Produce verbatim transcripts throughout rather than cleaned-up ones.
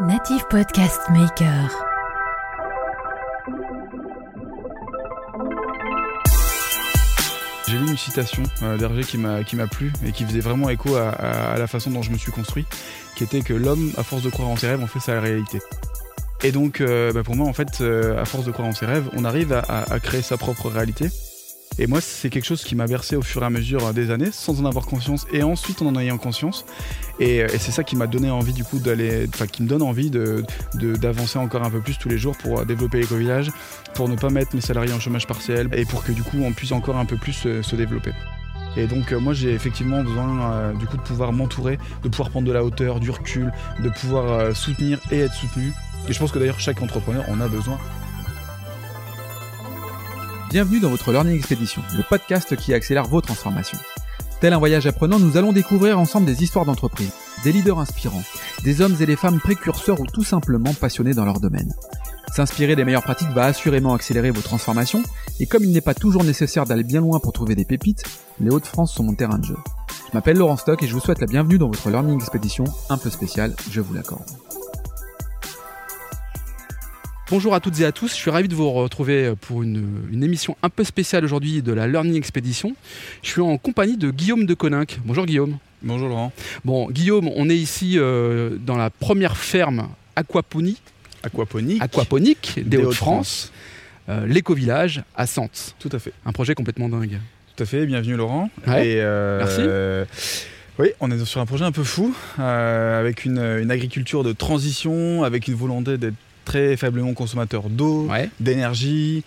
Native Podcast Maker. J'ai lu une citation euh, d'Hergé qui m'a, qui m'a plu et qui faisait vraiment écho à, à, à la façon dont je me suis construit, qui était que l'homme, à force de croire en ses rêves, en fait sa réalité. Et donc euh, bah pour moi, en fait, euh, à force de croire en ses rêves, on arrive à, à, à créer sa propre réalité. Et moi, c'est quelque chose qui m'a bercé au fur et à mesure des années, sans en avoir conscience, et ensuite en en ayant conscience. Et, et c'est ça qui m'a donné envie, du coup, d'aller, enfin, qui me donne envie de, de, d'avancer encore un peu plus tous les jours pour développer l'éco-village, pour ne pas mettre mes salariés en chômage partiel, et pour que, du coup, on puisse encore un peu plus se, se développer. Et donc, euh, moi, j'ai effectivement besoin, euh, du coup, de pouvoir m'entourer, de pouvoir prendre de la hauteur, du recul, de pouvoir euh, soutenir et être soutenu. Et je pense que d'ailleurs, chaque entrepreneur en a besoin. Bienvenue dans votre Learning Expedition, le podcast qui accélère vos transformations. Tel un voyage apprenant, nous allons découvrir ensemble des histoires d'entreprise, des leaders inspirants, des hommes et des femmes précurseurs ou tout simplement passionnés dans leur domaine. S'inspirer des meilleures pratiques va assurément accélérer vos transformations, et comme il n'est pas toujours nécessaire d'aller bien loin pour trouver des pépites, les Hauts-de-France sont mon terrain de jeu. Je m'appelle Laurent Stock et je vous souhaite la bienvenue dans votre Learning Expedition un peu spéciale, je vous l'accorde. Bonjour à toutes et à tous, je suis ravi de vous retrouver pour une, une émission un peu spéciale aujourd'hui de la Learning Expedition. Je suis en compagnie de Guillaume de Coninck. Bonjour Guillaume. Bonjour Laurent. Bon, Guillaume, on est ici euh, dans la première ferme aquaponie, Aquaponique. aquaponique des, des Hauts-de-France, euh, l'éco-village à Sentes. Tout à fait. Un projet complètement dingue. Tout à fait, bienvenue Laurent. Ouais, et euh, merci. Euh, oui, on est sur un projet un peu fou, euh, avec une, une agriculture de transition, avec une volonté d'être très faiblement consommateur d'eau, Ouais. d'énergie,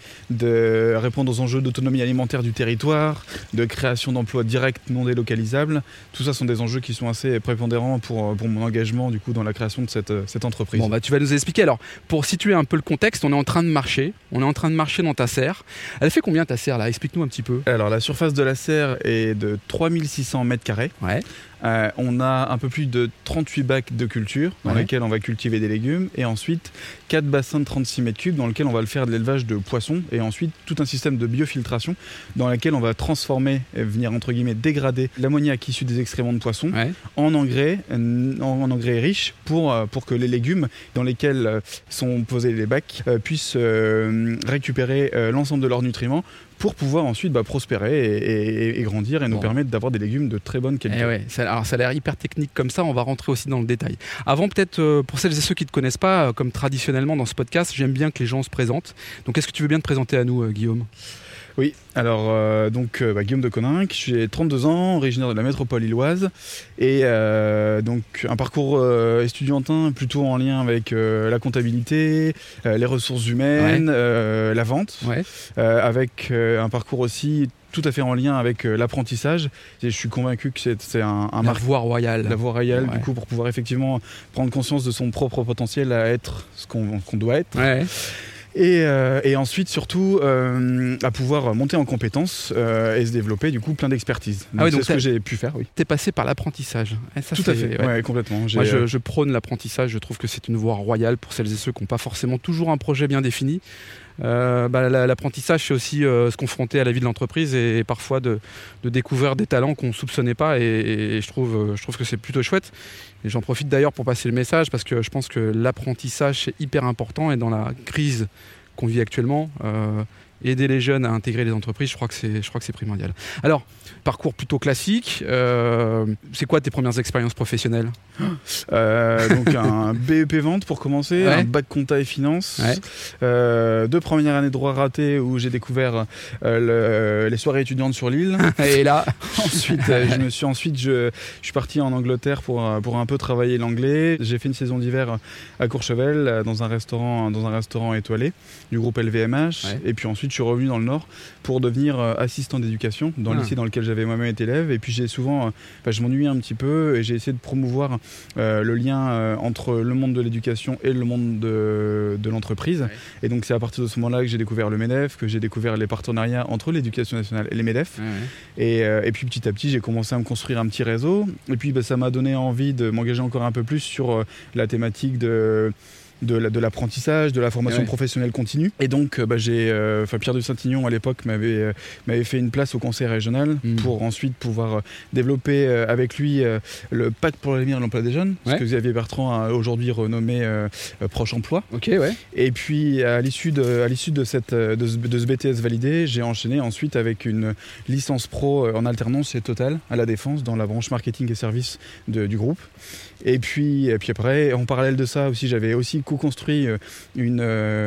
de répondre aux enjeux d'autonomie alimentaire du territoire, de création d'emplois directs non délocalisables. Tout ça sont des enjeux qui sont assez prépondérants pour, pour mon engagement du coup, dans la création de cette, cette entreprise. Bon, bah, tu vas nous expliquer. Alors, pour situer un peu le contexte, on est en train de marcher. On est en train de marcher dans ta serre. Elle fait combien ta serre là ? Explique-nous un petit peu. Alors la surface de la serre est de trois mille six cents mètres carrés. Ouais. Euh, on a un peu plus de trente-huit bacs de culture dans Ouais. lesquels on va cultiver des légumes et ensuite quatre bassins de trente-six mètres cubes dans lesquels on va le faire de l'élevage de poissons et ensuite tout un système de biofiltration dans lequel on va transformer et venir entre guillemets dégrader l'ammoniac issu des excréments de poissons Ouais. en engrais, en, en engrais riches pour, euh, pour que les légumes dans lesquels euh, sont posés les bacs euh, puissent euh, récupérer euh, l'ensemble de leurs nutriments pour pouvoir ensuite bah, prospérer et, et, et grandir et nous Bon. permettre d'avoir des légumes de très bonne qualité. Eh ouais, ça, alors ça a l'air hyper technique comme ça, on va rentrer aussi dans le détail. Avant peut-être, euh, pour celles et ceux qui ne te connaissent pas, euh, comme traditionnellement dans ce podcast, j'aime bien que les gens se présentent. Donc est-ce que tu veux bien te présenter à nous, euh, Guillaume ? Oui, alors euh, donc euh, bah, Guillaume de Coninck, j'ai trente-deux ans, originaire de la métropole illoise et euh, donc un parcours euh, estudiantin plutôt en lien avec euh, la comptabilité, euh, les ressources humaines, Ouais. euh, la vente, Ouais. euh, avec euh, un parcours aussi tout à fait en lien avec euh, l'apprentissage. Et je suis convaincu que c'est, c'est un, un La marque. voie royale. La voie royale, Ouais. du coup, pour pouvoir effectivement prendre conscience de son propre potentiel à être ce qu'on, qu'on doit être. Ouais. Et, euh, et ensuite, surtout, euh, à pouvoir monter en compétences euh, et se développer, du coup, plein d'expertise. Donc, Ah oui, c'est donc ce que t'as- j'ai pu faire, oui. T'es passé par l'apprentissage. Eh, ça, Tout c'est- à fait, ouais. ouais, complètement. J'ai, Moi, je, euh, je prône l'apprentissage. Je trouve que c'est une voie royale pour celles et ceux qui n'ont pas forcément toujours un projet bien défini. Euh, bah, la- l'apprentissage, c'est aussi euh, se confronter à la vie de l'entreprise et, et parfois de, de découvrir des talents qu'on ne soupçonnait pas. Et, et je, trouve, euh, je trouve que c'est plutôt chouette. Et j'en profite d'ailleurs pour passer le message parce que je pense que l'apprentissage, c'est hyper important. Et dans la crise qu'on vit actuellement, euh, aider les jeunes à intégrer les entreprises, je crois que c'est, je crois que c'est primordial. Alors, parcours plutôt classique. Euh, c'est quoi tes premières expériences professionnelles ? euh, donc un B E P vente pour commencer, Ouais. un bac compta et finance, Ouais. euh, deux premières années de droit ratées où j'ai découvert euh, le- les soirées étudiantes sur l'île. Et là, Ensuite, euh, je me suis ensuite, je, je suis parti en Angleterre pour, euh, pour un peu travailler l'anglais. J'ai fait une saison d'hiver à Courchevel euh, dans un restaurant, dans un restaurant étoilé du groupe L V M H. Ouais. Et puis ensuite, je suis revenu dans le Nord pour devenir euh, assistant d'éducation dans Ah. le lycée dans lequel j'avais moi-même été élève. Et puis j'ai souvent, euh, bah, je m'ennuyais un petit peu et j'ai essayé de promouvoir euh, le lien euh, entre le monde de l'éducation et le monde de, de l'entreprise. Ouais. Et donc c'est à partir de ce moment-là que j'ai découvert le MEDEF, que j'ai découvert les partenariats entre l'éducation nationale et les MEDEF. ouais, ouais. Et, euh, et puis petit à petit, j'ai commencé à me construire un petit réseau. Et puis bah, ça m'a donné envie de m'engager encore un peu plus sur euh, la thématique de, de, la, de l'apprentissage, de la formation ouais. professionnelle continue. Et donc, bah, j'ai, euh, Pierre de Saint-Ignon, à l'époque, m'avait, euh, m'avait fait une place au conseil régional mmh. pour ensuite pouvoir euh, développer euh, avec lui euh, le pacte pour l'avenir de l'emploi des jeunes, ouais. ce que Xavier Bertrand a aujourd'hui renommé euh, euh, Proche Emploi. Okay, ouais. Et puis, à l'issue de, à l'issue de, cette, de, ce, de ce B T S validé, j'ai enchaîné ensuite avec une licence pro en alternance chez Total, à La Défense, dans la branche marketing et services de, du groupe. Et puis, et puis après, en parallèle de ça aussi, j'avais aussi co-construit une,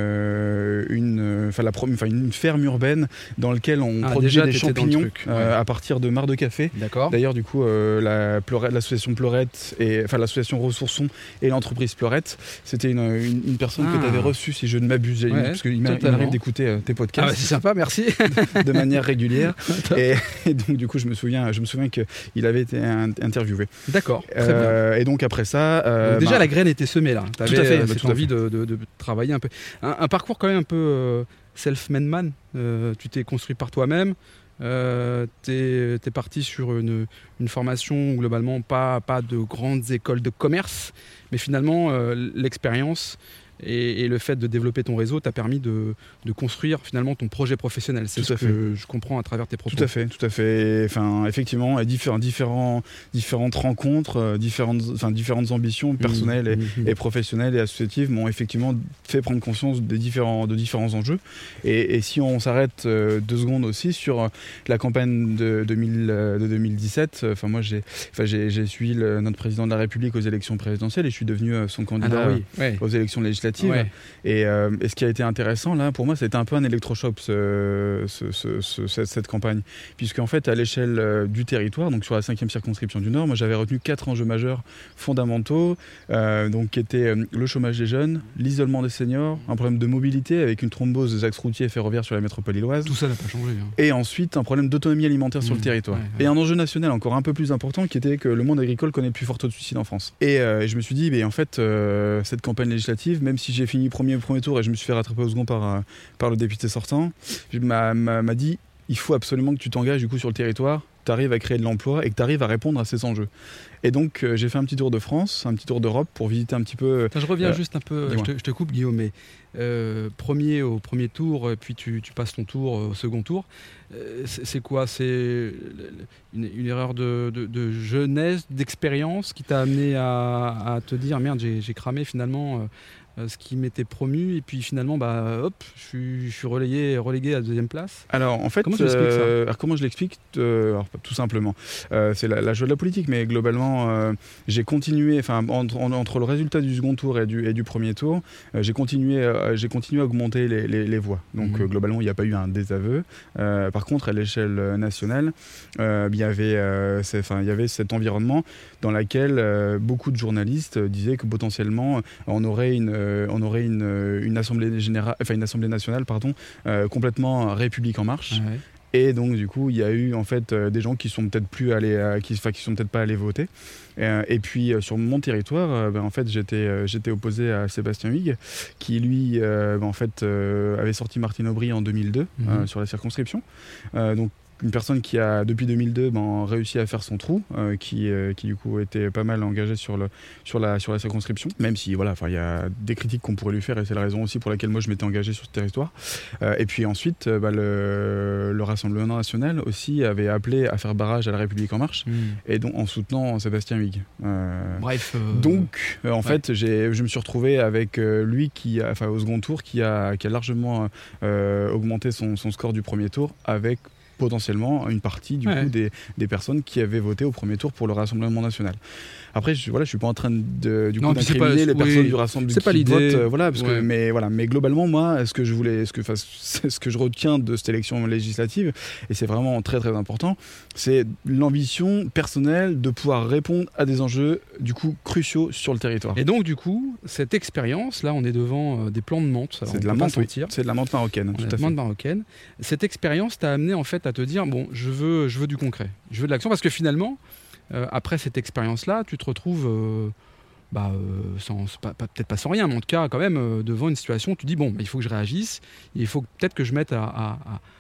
euh, une, enfin, la, enfin, une ferme urbaine dans laquelle on ah, produisait des champignons le euh, ouais. à partir de marc de café. D'accord. D'ailleurs, du coup, euh, la Pleurette, l'association Pleurette, et, enfin l'association Ressourçons et l'entreprise Pleurette, c'était une, une, une personne ah. que tu avais reçue, si je ne m'abuse, ouais, parce qu'il m'arrive d'écouter euh, tes podcasts. Ah bah, c'est sympa, merci. de, de manière régulière. et, et donc, du coup, je me souviens, je me souviens qu'il avait été interviewé. D'accord. Euh, et donc après ça, euh, donc déjà bah, la graine était semée là. T'avais tout à fait, euh, bah, cette tout à envie fait. De, de, de travailler un peu. Un, un parcours quand même un peu euh, self-made man. Euh, tu t'es construit par toi-même. Euh, t'es, t'es parti sur une, une formation globalement pas, pas de grandes écoles de commerce, mais finalement euh, l'expérience. Et, et le fait de développer ton réseau t'a permis de, de construire finalement ton projet professionnel. C'est tout ce que je comprends à travers tes propos. Tout à fait, tout à fait. Enfin, effectivement, différents, différents, différentes rencontres, différentes, enfin, différentes ambitions personnelles mmh, et, mmh. et professionnelles et associatives m'ont effectivement fait prendre conscience des différents, de différents enjeux. Et, et si on s'arrête deux secondes aussi sur la campagne de, deux mille, de deux mille dix-sept, enfin, moi j'ai, enfin, j'ai, j'ai suivi le, notre président de la République aux élections présidentielles et je suis devenu son candidat ah, oui. ouais. aux élections législatives. Ouais. Et, euh, et ce qui a été intéressant là pour moi, c'était un peu un électrochoc ce, ce, ce, ce, cette, cette campagne, puisqu'en fait à l'échelle euh, du territoire, donc sur la cinquième circonscription du Nord, moi j'avais retenu quatre enjeux majeurs fondamentaux, euh, donc qui étaient euh, le chômage des jeunes, l'isolement des seniors, un problème de mobilité avec une thrombose des axes routiers et ferroviaires sur la métropole lilloise. Tout ça n'a pas changé. Hein. Et ensuite un problème d'autonomie alimentaire mmh, sur le territoire. Ouais, ouais. Et un enjeu national encore un peu plus important qui était que le monde agricole connaît le plus fort taux de suicide en France. Et, euh, et je me suis dit, mais en fait euh, cette campagne législative, même si j'ai fini premier premier tour et je me suis fait rattraper au second par, euh, par le député sortant, il m'a, m'a, m'a dit il faut absolument que tu t'engages du coup sur le territoire, tu arrives à créer de l'emploi et que tu arrives à répondre à ces enjeux. Et donc euh, j'ai fait un petit tour de France, un petit tour d'Europe pour visiter un petit peu... Attends, je reviens euh, juste un peu, je te, je te coupe Guillaume, mais euh, premier au premier tour, puis tu, tu passes ton tour au second tour. Euh, c'est, c'est quoi ? C'est une, une erreur de, de, de jeunesse, d'expérience qui t'a amené à, à te dire merde, j'ai, j'ai cramé finalement... Euh, ce qui m'était promu et puis finalement bah hop je suis, je suis relayé, relégué à la deuxième place. Alors en fait comment, euh, alors, comment je l'explique euh, alors, tout simplement euh, c'est la, la joie de la politique, mais globalement euh, j'ai continué enfin entre, entre le résultat du second tour et du, et du premier tour euh, j'ai continué euh, j'ai continué à augmenter les, les, les voix donc mmh. euh, globalement il n'y a pas eu un désaveu euh, par contre à l'échelle nationale euh, il y avait euh, enfin il y avait cet environnement dans lequel euh, beaucoup de journalistes disaient que potentiellement on aurait une on aurait une, une, assemblée générale, enfin une assemblée nationale pardon, euh, complètement République en marche. Ouais. Et donc du coup il y a eu en fait euh, des gens qui sont peut-être plus allés, euh, qui, qui sont peut-être pas allés voter. Euh, et puis euh, sur mon territoire, euh, ben, en fait j'étais, euh, j'étais opposé à Sébastien Huyghe, qui lui euh, ben, en fait euh, avait sorti Martine Aubry en deux mille deux mmh. euh, sur la circonscription. Euh, donc une personne qui a depuis deux mille deux ben, réussi à faire son trou, euh, qui, euh, qui du coup était pas mal engagée sur, le, sur, la, sur la circonscription, même si voilà, il y a des critiques qu'on pourrait lui faire et c'est la raison aussi pour laquelle moi je m'étais engagé sur ce territoire. Euh, et puis ensuite bah, le, le Rassemblement national aussi avait appelé à faire barrage à la République en marche, mmh. et donc en soutenant Sébastien Huyghe. Euh, Bref. Euh... Donc euh, en ouais. fait j'ai, je me suis retrouvé avec euh, lui qui a, enfin, au second tour qui a, qui a largement euh, augmenté son, son score du premier tour avec potentiellement une partie du ouais. coup des, des personnes qui avaient voté au premier tour pour le Rassemblement national. Après, je, voilà, je suis pas en train de du coup non, d'incriminer les oui, personnes du Rassemblement c'est qui pas l'idée. votent, euh, voilà, parce ouais. que mais voilà, mais globalement moi, ce que je voulais, ce que, c'est ce que je retiens de cette élection législative, et c'est vraiment très très important, c'est l'ambition personnelle de pouvoir répondre à des enjeux du coup cruciaux sur le territoire. Et donc du coup, cette expérience, là, on est devant euh, des plants de menthe. C'est de la menthe, oui. C'est de la menthe marocaine. Tout à fait. Menthe marocaine. Cette expérience t'a amené en fait à te dire bon, je veux, je veux du concret, je veux de l'action, parce que finalement. Euh, après cette expérience-là, tu te retrouves, euh, bah, euh, sans, pas, pas, peut-être pas sans rien, mais en tout cas quand même euh, devant une situation où tu dis bon, bah, il faut que je réagisse, il faut peut-être que je mette à, à,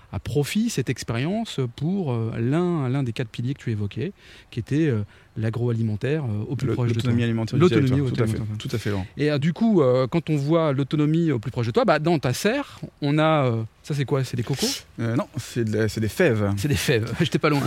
à profit cette expérience pour euh, l'un, l'un des quatre piliers que tu évoquais, qui était euh, l'agroalimentaire euh, au plus Le, proche de toi. L'autonomie alimentaire. L'autonomie du territoire, alimentaire. tout à fait, tout à fait, Laurent. Et euh, du coup, euh, quand on voit l'autonomie au plus proche de toi, bah, dans ta serre, on a... Euh, ça c'est quoi? C'est des cocos? Euh, non, c'est, de la- c'est des fèves. C'est des fèves, j'étais pas loin.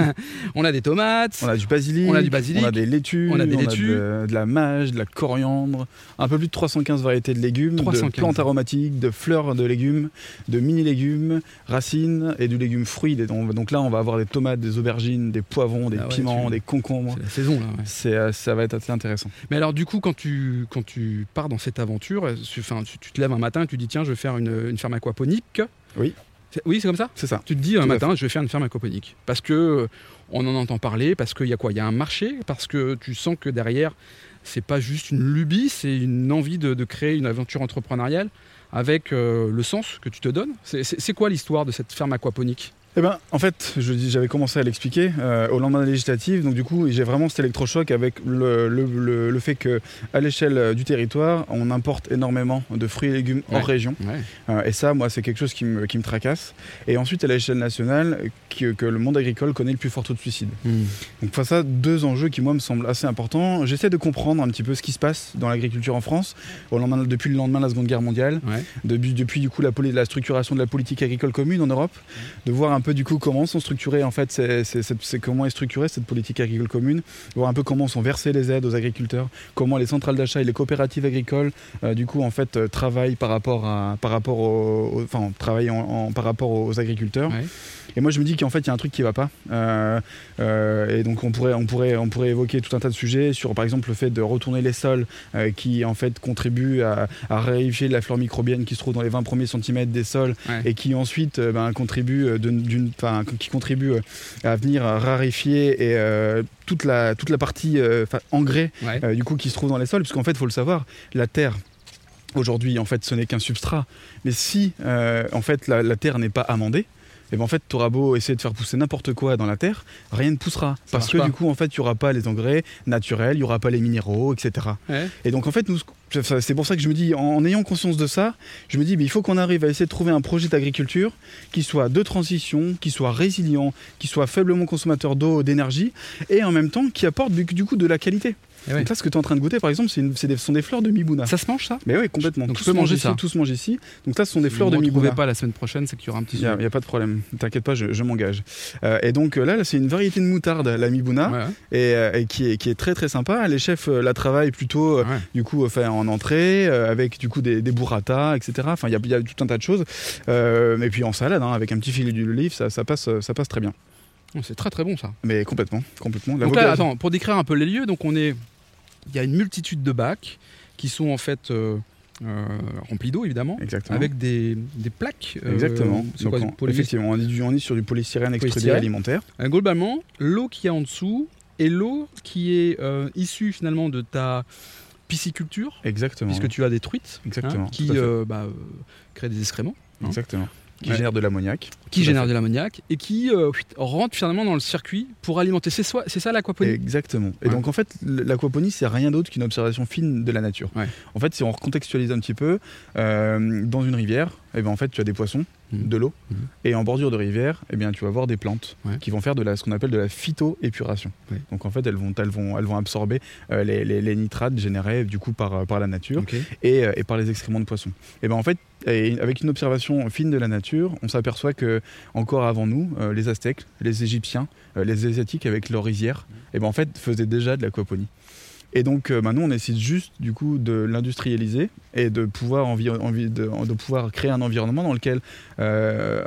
On a des tomates, On a du basilic, On a du basilic, on a des laitues, on a des laitues. de, de la mâche, de la coriandre, un peu plus de trois cent quinze variétés de légumes, trois cent quinze. de plantes aromatiques, de fleurs de légumes, de mini-légumes, racines et du légume fruit. Des- Donc, donc là, on va avoir des tomates, des aubergines, des poivrons, des Ah ouais, piments, tu- des concombres. c'est la saison là. Ouais. C'est, euh, ça va être assez intéressant. Mais alors du coup, quand tu, quand tu pars dans cette aventure, euh, tu, enfin, tu, tu te lèves un matin et tu dis tiens, je vais faire une, une ferme aquaponique. Oui. C'est- oui, c'est comme ça. C'est ça. Tu te dis un Tout à matin, je vais faire une ferme aquaponique. Parce que euh, on en entend parler, parce qu'il y a quoi? Il y a un marché, parce que tu sens que derrière, c'est pas juste une lubie, c'est une envie de, de créer une aventure entrepreneuriale avec euh, le sens que tu te donnes. C'est, c'est, c'est quoi l'histoire de cette ferme aquaponique? Eh ben, en fait, je dis, j'avais commencé à l'expliquer euh, au lendemain des législatives. Donc du coup, j'ai vraiment cet électrochoc avec le, le, le, le fait que, à l'échelle du territoire, on importe énormément de fruits et légumes Ouais. en région. Ouais. Euh, et ça, moi, c'est quelque chose qui me, qui me tracasse. Et ensuite, à l'échelle nationale, qui- que le monde agricole connaît le plus fort taux de suicide. Mmh. Donc face à deux enjeux qui, moi, me semblent assez importants. J'essaie de comprendre un petit peu ce qui se passe dans l'agriculture en France au lendemain, depuis le lendemain de la Seconde Guerre mondiale. Ouais. Depuis, depuis du coup la, poli- la structuration de la politique agricole commune en Europe, de voir un peu du coup comment sont structurées en fait, c'est, c'est, c'est, c'est comment est structurée cette politique agricole commune, de voir un peu comment sont versées les aides aux agriculteurs, comment les centrales d'achat et les coopératives agricoles euh, du coup en fait euh, travaillent par rapport à par rapport aux, aux- enfin travaillent en, en- par rapport aux agriculteurs. Ouais. Et moi je me dis qu'en fait il y a un truc qui va pas. Euh, euh, et donc on pourrait, on, pourrait, on pourrait évoquer tout un tas de sujets sur par exemple le fait de retourner les sols euh, qui en fait contribuent à, à raréfier la flore microbienne qui se trouve dans les vingt premiers centimètres des sols Ouais. et qui ensuite euh, ben, contribue euh, de- d'une, enfin, qui contribue euh, à venir raréfier et euh, toute la toute la partie euh, enfin, engrais Ouais. euh, du coup qui se trouve dans les sols, puisqu'en fait il faut le savoir, la terre aujourd'hui en fait ce n'est qu'un substrat, mais si euh, en fait la, la terre n'est pas amendée, et ben en fait tu auras beau essayer de faire pousser n'importe quoi dans la terre, rien ne poussera Ça parce marche que pas. du coup en fait il n'y aura pas les engrais naturels, il n'y aura pas les minéraux, et cetera. Ouais. Et donc en fait nous ce- c'est pour ça que je me dis, en, en ayant conscience de ça, je me dis mais il faut qu'on arrive à essayer de trouver un projet d'agriculture qui soit de transition, qui soit résilient, qui soit faiblement consommateur d'eau, d'énergie et en même temps qui apporte du, du coup de la qualité. Et ouais. Donc là ce que tu es en train de goûter par exemple c'est une- c'est des, ce sont des fleurs de Mibouna. Ça se mange ça? Mais oui, complètement. Donc je tous peux manger mangent ça. ici, tous mangent ici. Donc là, ce sont des Si fleurs vous de ne Mibouna. retrouvez pas la semaine prochaine, c'est qu'il y aura un petit Il n'y a, souci. il y a pas de problème. T'inquiète pas, je, je m'engage. Euh, et donc euh, là, là, c'est une variété de moutarde, la Mibouna, Ouais, ouais. et, euh, et qui, est, qui est très très sympa. Les chefs euh, la travaillent plutôt euh, Ouais. du coup euh, fait en entrée, euh, avec du coup des, des burrata, et cetera. Enfin, il y a, il y a tout un tas de choses. Euh, et puis en salade, hein, avec un petit filet d'huile d'olive, ça, ça passe, ça passe très bien. Oh, c'est très très bon ça. Mais complètement, complètement. Donc là, L'avocat- attends, pour décrire un peu les lieux, donc on est, il y a une multitude de bacs qui sont en fait euh, euh, remplis d'eau évidemment, Exactement. avec des, des plaques. euh, Exactement. c'est Donc, quoi, du on- polyester- effectivement, on est, du- on est sur du polystyrène extrudé Polystyrène. alimentaire. Euh, globalement, l'eau qu'il y a en dessous est l'eau qui est euh, issue finalement de ta pisciculture, Exactement. puisque tu as des truites Exactement, hein, qui tout à fait. euh, bah, euh, créent des excréments, hein, Exactement. Qui Ouais. génère de l'ammoniac. qui Tout à génèrent fait. de l'ammoniac et qui euh, rentrent finalement dans le circuit pour alimenter. C'est, soi- c'est ça l'aquaponie? Exactement. Et Ouais. donc en fait, l- l'aquaponie, c'est rien d'autre qu'une observation fine de la nature. Ouais. En fait, si on recontextualise un petit peu, euh, dans une rivière, eh ben, en fait, tu as des poissons, Mhm. de l'eau, Mhm. et en bordure de rivière, eh bien, tu vas voir des plantes Ouais. qui vont faire de la, ce qu'on appelle de la phytoépuration. Ouais. Donc en fait, elles vont, elles vont, elles vont absorber euh, les, les- les nitrates générés du coup par, par la nature Ok. et, euh, et par les excréments de poissons. Et ben en fait, et avec une observation fine de la nature, on s'aperçoit que encore avant nous, euh, les Aztèques, les Égyptiens, euh, les Asiatiques avec leurs rizières, et ben en fait faisaient déjà de l'aquaponie. Et donc euh, maintenant on essaie juste du coup de l'industrialiser et de pouvoir, envi- envi- de, de pouvoir créer un environnement dans lequel, euh,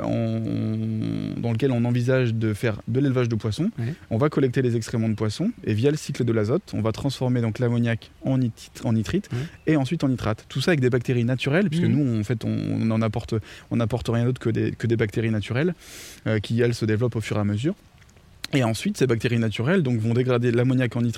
on, dans lequel on envisage de faire de l'élevage de poissons. Ouais. On va collecter les excréments de poissons et via le cycle de l'azote, on va transformer donc l'ammoniac en, nitri- en nitrite Ouais. et ensuite en nitrate. Tout ça avec des bactéries naturelles, puisque Mhm. nous en fait on, on en apporte, on n'apporte rien d'autre que des, que des bactéries naturelles euh, qui elles se développent au fur et à mesure. Et ensuite, ces bactéries naturelles donc, vont dégrader l'ammoniac en nitrite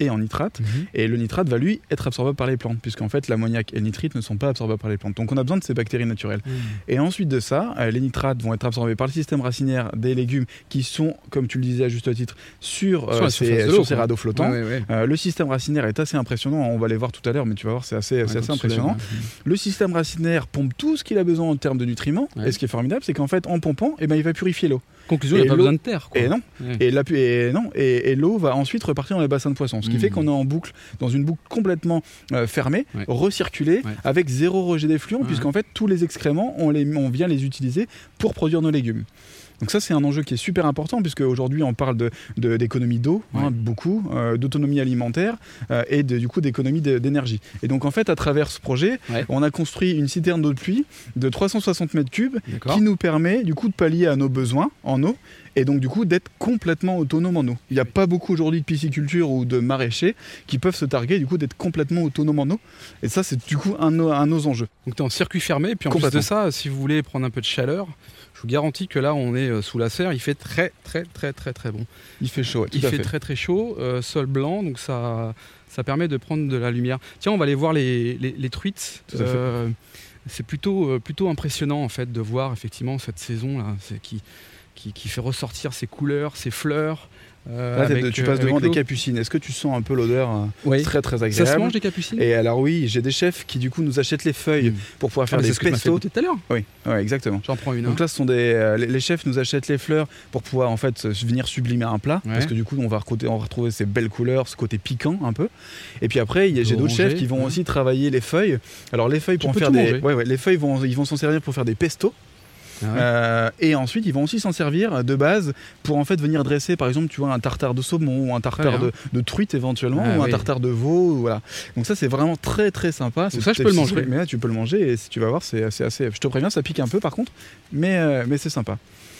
et en nitrate. Mmh. Et le nitrate va lui être absorbable par les plantes, puisqu'en fait l'ammoniac et le nitrite ne sont pas absorbables par les plantes. Donc on a besoin de ces bactéries naturelles. Mmh. Et ensuite de ça, euh, les nitrates vont être absorbés par le système racinaire des légumes qui sont, comme tu le disais à juste titre, sur, euh, sur, ces, sur ces radeaux flottants. Ouais, ouais, ouais. Euh, le système racinaire est assez impressionnant, on va les voir tout à l'heure, mais tu vas voir, c'est assez, ouais, c'est assez impressionnant. Lèves, ouais. Le système racinaire pompe tout ce qu'il a besoin en termes de nutriments, ouais. Et ce qui est formidable, c'est qu'en fait, en pompant, eh ben, il va purifier l'eau. Conclusion, il n'y a pas besoin de terre. Quoi. Et non. Ouais. Et, la, et, non. Et, et l'eau va ensuite repartir dans les bassins de poissons. Ce qui mmh. fait qu'on est en boucle, dans une boucle complètement euh, fermée, ouais. recirculée, ouais. avec zéro rejet d'effluents, ouais. puisqu'en fait, tous les excréments, on, les, on vient les utiliser pour produire nos légumes. Donc ça, c'est un enjeu qui est super important, puisque aujourd'hui on parle de, de, d'économie d'eau, ouais. hein, beaucoup, euh, d'autonomie alimentaire euh, et de, du coup d'économie de, d'énergie. Et donc en fait, à travers ce projet, ouais. on a construit une citerne d'eau de pluie de trois cent soixante mètres cubes qui nous permet du coup de pallier à nos besoins en eau et donc du coup d'être complètement autonome en eau. Il n'y a pas beaucoup aujourd'hui de pisciculture ou de maraîchers qui peuvent se targuer du coup d'être complètement autonome en eau. Et ça, c'est du coup un, un de nos enjeux. Donc tu es en circuit fermé, et puis en plus de ça, si vous voulez prendre un peu de chaleur, je vous garantis que là on est sous la serre, il fait très très très très très bon. Il fait chaud, ouais, tout il à fait, fait très très chaud, euh, sol blanc, donc ça, ça permet de prendre de la lumière. Tiens, on va aller voir les, les, les truites. Tout à fait. Euh, c'est plutôt, plutôt impressionnant en fait de voir effectivement cette saison là, c'est qui, qui, qui fait ressortir ses couleurs, ses fleurs. Euh, Là, avec, tu passes devant des capucines. Est-ce que tu sens un peu l'odeur euh, oui. très très agréable? Ça se mange des capucines? Et alors oui, j'ai des chefs qui du coup nous achètent les feuilles mmh. pour pouvoir faire ah, des c'est pestos. C'est ce que tu m'as fait goûter tout à l'heure. Oui, ouais, exactement. J'en prends une. Donc hein. là, ce sont des euh, les, les chefs nous achètent les fleurs pour pouvoir en fait venir sublimer un plat, ouais. parce que du coup on va, recouter, on va retrouver ces belles couleurs, ce côté piquant un peu. Et puis après, y a, j'ai d'autres chefs qui vont ouais. aussi travailler les feuilles. Alors les feuilles pour en faire des, ouais, ouais, les feuilles vont, ils vont s'en servir pour faire des pestos. Ah ouais. euh, et ensuite ils vont aussi s'en servir de base pour en fait venir dresser par exemple tu vois un tartare de saumon ou un tartare ouais, hein. de, de truite éventuellement ah, ou un oui. tartare de veau voilà. Donc ça c'est vraiment très très sympa. Donc ça je peux le manger. Mais là tu peux le manger et si tu vas voir c'est assez, assez je te préviens ça pique un peu par contre mais, euh, mais c'est sympa.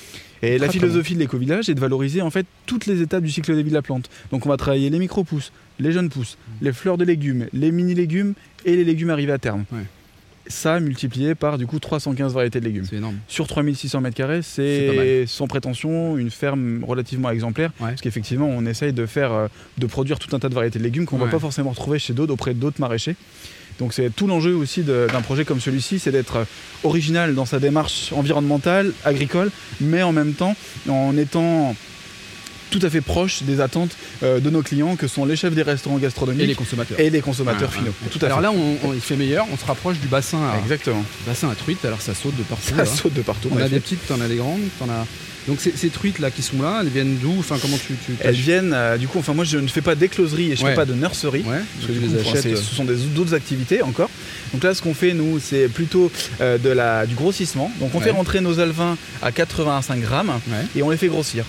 Et la philosophie de l'éco-village est de valoriser en fait toutes les étapes du cycle de vie de la plante. Donc on va travailler les micro-pousses, les jeunes pousses, mmh. les fleurs de légumes, les mini-légumes et les légumes arrivés à terme. Ouais. Ça multiplié par du coup trois cent quinze variétés de légumes. C'est énorme. Sur trois mille six cents mètres carrés, c'est, c'est sans prétention une ferme relativement exemplaire. Ouais. Parce qu'effectivement, on essaye de faire, de produire tout un tas de variétés de légumes qu'on ne ouais. va pas forcément retrouver chez d'autres, auprès d'autres maraîchers. Donc c'est tout l'enjeu aussi de, d'un projet comme celui-ci, c'est d'être original dans sa démarche environnementale, agricole, mais en même temps en étant tout à fait proche des attentes euh, de nos clients que sont les chefs des restaurants gastronomiques et les consommateurs, et les consommateurs ouais, finaux. Ouais. Tout à alors fait. Là, on, on, il fait meilleur, on se rapproche du bassin à, exactement. bassin à truites, alors ça saute de partout. Ça là. saute de partout. On a des petites, t'en as des grandes, t'en as... Donc ces, ces truites là qui sont là, elles viennent d'où? Enfin comment tu, tu Elles viennent euh, du coup. Enfin moi je ne fais pas d'écloserie et je ne ouais. fais pas de nurserie. Ouais, parce que du coup, enfin, c'est, ce sont des, d'autres activités encore. Donc là ce qu'on fait nous c'est plutôt euh, de la, du grossissement. Donc on ouais. fait rentrer nos alevins à quatre-vingt-cinq grammes ouais. et on les fait grossir.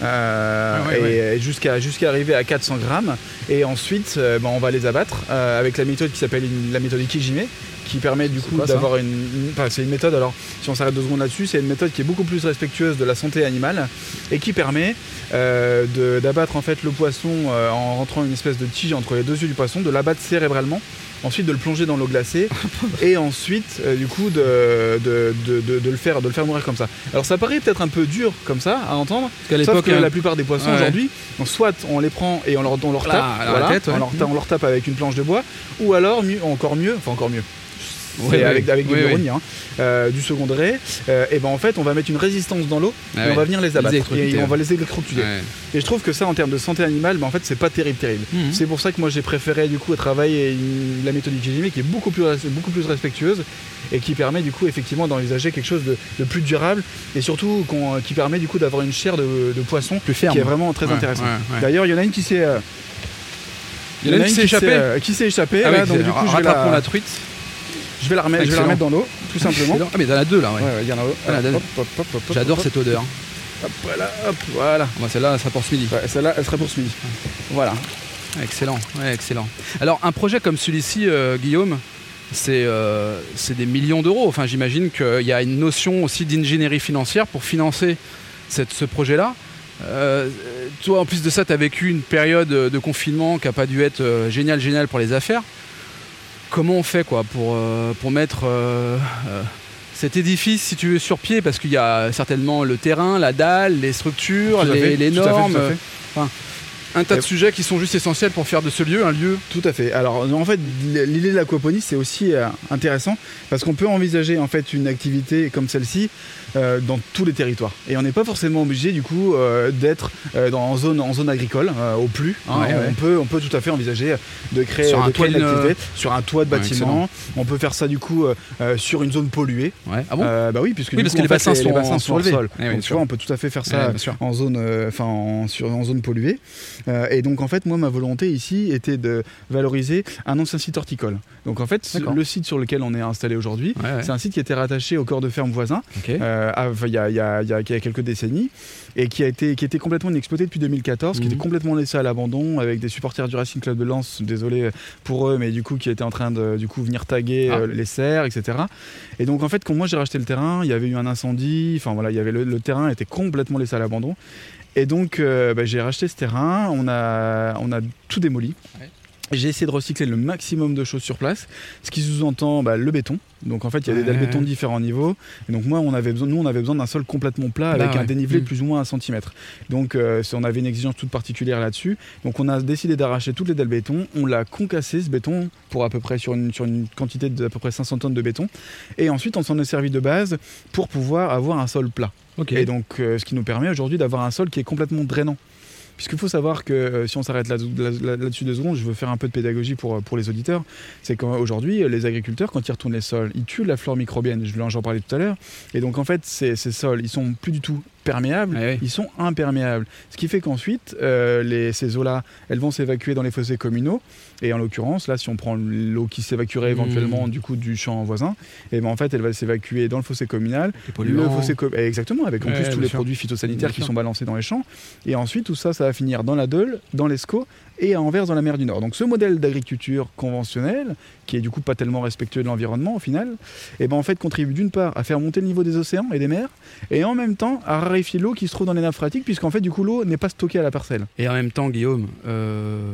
Euh, ah ouais, et ouais. jusqu'à, jusqu'à arriver à quatre cents grammes et ensuite euh, ben, on va les abattre euh, avec la méthode qui s'appelle une, la méthode Ikijime qui permet du c'est coup d'avoir une, une enfin, c'est une méthode, alors si on s'arrête deux secondes là-dessus, c'est une méthode qui est beaucoup plus respectueuse de la santé animale et qui permet euh, de, d'abattre en fait le poisson euh, en rentrant une espèce de tige entre les deux yeux du poisson, de l'abattre cérébralement, ensuite de le plonger dans l'eau glacée et ensuite euh, du coup de, de, de, de, de, le faire, de le faire mourir comme ça. Alors ça paraît peut-être un peu dur comme ça à entendre, sauf que euh... la plupart des poissons ouais. aujourd'hui, donc, soit on les prend et on leur, on leur tape, là, voilà, la tête, ouais. on, leur tape, on leur tape avec une planche de bois, ou alors mieux, encore mieux, enfin encore mieux. Ouais, ouais, avec, avec oui, des oui. hein, euh, du second degré, euh, et ben en fait on va mettre une résistance dans l'eau ah et ouais. on va venir les abattre les et on va les électrocuter. Ouais. Et je trouve que ça en termes de santé animale, ben en fait c'est pas terrible terrible. Mm-hmm. C'est pour ça que moi j'ai préféré du coup travailler une, la méthode Ikijime qui est beaucoup plus beaucoup plus respectueuse et qui permet du coup effectivement d'envisager quelque chose de, de plus durable et surtout qu'on, qui permet du coup d'avoir une chair de, de poisson plus ferme, qui est vraiment très ouais, intéressante. Ouais, ouais. D'ailleurs il y en a une qui s'est euh, il y en a une qui s'est échappée, euh, qui s'est échappée. Ah là, oui, donc du coup je vais la, la truite. Je vais la remettre, je vais la remettre dans l'eau, tout simplement. Ah mais il y en a deux là, ouais. Ouais, il y en a deux. Ah, hop, hop, hop, hop, j'adore hop, cette odeur. Hop, voilà, hop, voilà. Bon, celle-là, elle sera pour ce midi. Ouais, celle-là, elle sera pour ce midi. Voilà. Excellent, ouais, excellent. Alors, un projet comme celui-ci, euh, Guillaume, c'est, euh, c'est des millions d'euros. Enfin, j'imagine qu'il y a une notion aussi d'ingénierie financière pour financer cette, ce projet-là. Euh, toi, en plus de ça, tu as vécu une période de confinement qui n'a pas dû être euh, géniale, géniale pour les affaires. Comment on fait quoi, pour, euh, pour mettre euh, euh, cet édifice, si tu veux, sur pied? Parce qu'il y a certainement le terrain, la dalle, les structures, les, fait, les normes. Tout à fait, tout à fait. Enfin, Un tas de Et... sujets qui sont juste essentiels pour faire de ce lieu un lieu. Tout à fait. Alors en fait, l'idée de l'aquaponie, c'est aussi euh, intéressant parce qu'on peut envisager en fait une activité comme celle-ci euh, dans tous les territoires. Et on n'est pas forcément obligé du coup euh, d'être euh, dans, en, zone, en zone agricole, euh, au plus. Hein. Ouais, on, ouais. Peut, on peut tout à fait envisager de créer, sur un de créer toit une activité de... sur un toit de Ouais, bâtiment. On peut faire ça du coup euh, sur une zone polluée. Ouais. Ah bon euh, Bah oui, puisque, oui, du parce coup, que les, fait, bassins les, sont, les bassins sont sont au relevés. sol. Ouais, donc tu vois, on peut tout à fait faire ça ouais, en zone, enfin euh, en, sur, en zone polluée. Euh, et donc en fait, moi, ma volonté ici était de valoriser un ancien site horticole. Donc en fait, D'accord. le site sur lequel on est installé aujourd'hui, ouais, ouais. c'est un site qui était rattaché au corps de ferme voisin Okay. euh, il y, a, y, a, y a quelques décennies et qui a été qui était complètement inexploité depuis deux mille quatorze, mmh. qui était complètement laissé à l'abandon avec des supporters du Racing Club de Lens, désolé pour eux, mais du coup qui étaient en train de du coup venir taguer ah. euh, les serres, et cetera. Et donc en fait, quand moi j'ai racheté le terrain, il y avait eu un incendie, enfin voilà, il y avait le, le terrain était complètement laissé à l'abandon. Et donc euh, bah, j'ai racheté ce terrain, on a on a tout démoli. Ouais. J'ai essayé de recycler le maximum de choses sur place, ce qui sous-entend bah, le béton. Donc en fait, il y a des dalles béton de différents niveaux. Et donc moi, on avait besoin, nous, on avait besoin d'un sol complètement plat avec bah, ouais. un dénivelé de plus ou moins un centimètre. Donc euh, on avait une exigence toute particulière là-dessus. Donc on a décidé d'arracher toutes les dalles béton. On l'a concassé, ce béton, pour à peu près sur une, sur une quantité d'à peu près cinq cents tonnes de béton. Et ensuite, on s'en est servi de base pour pouvoir avoir un sol plat. Okay. Et donc euh, ce qui nous permet aujourd'hui d'avoir un sol qui est complètement drainant. Puisqu'il faut savoir que euh, si on s'arrête là, là, là, là-dessus deux secondes, je veux faire un peu de pédagogie pour, pour les auditeurs, c'est qu'aujourd'hui, les agriculteurs, quand ils retournent les sols, ils tuent la flore microbienne, j'en parlais tout à l'heure, et donc en fait, ces, ces sols, ils sont plus du tout perméables, ah oui. ils sont imperméables. Ce qui fait qu'ensuite, euh, les, ces eaux-là, elles vont s'évacuer dans les fossés communaux, et en l'occurrence, là, si on prend l'eau qui s'évacuerait éventuellement mmh. du coup du champ voisin, et ben en fait, elle va s'évacuer dans le fossé communal, le fossé com- exactement, avec en ouais, plus tous les sûr. produits phytosanitaires bien qui sûr. sont balancés dans les champs, et ensuite tout ça, ça va finir dans la Deule, dans l'Escaut et à Anvers dans la mer du Nord. Donc ce modèle d'agriculture conventionnelle, qui est du coup pas tellement respectueux de l'environnement au final, et ben en fait contribue d'une part à faire monter le niveau des océans et des mers, et en même temps à raréfier l'eau qui se trouve dans les nappes phréatiques, puisqu'en fait du coup l'eau n'est pas stockée à la parcelle. Et en même temps, Guillaume, euh,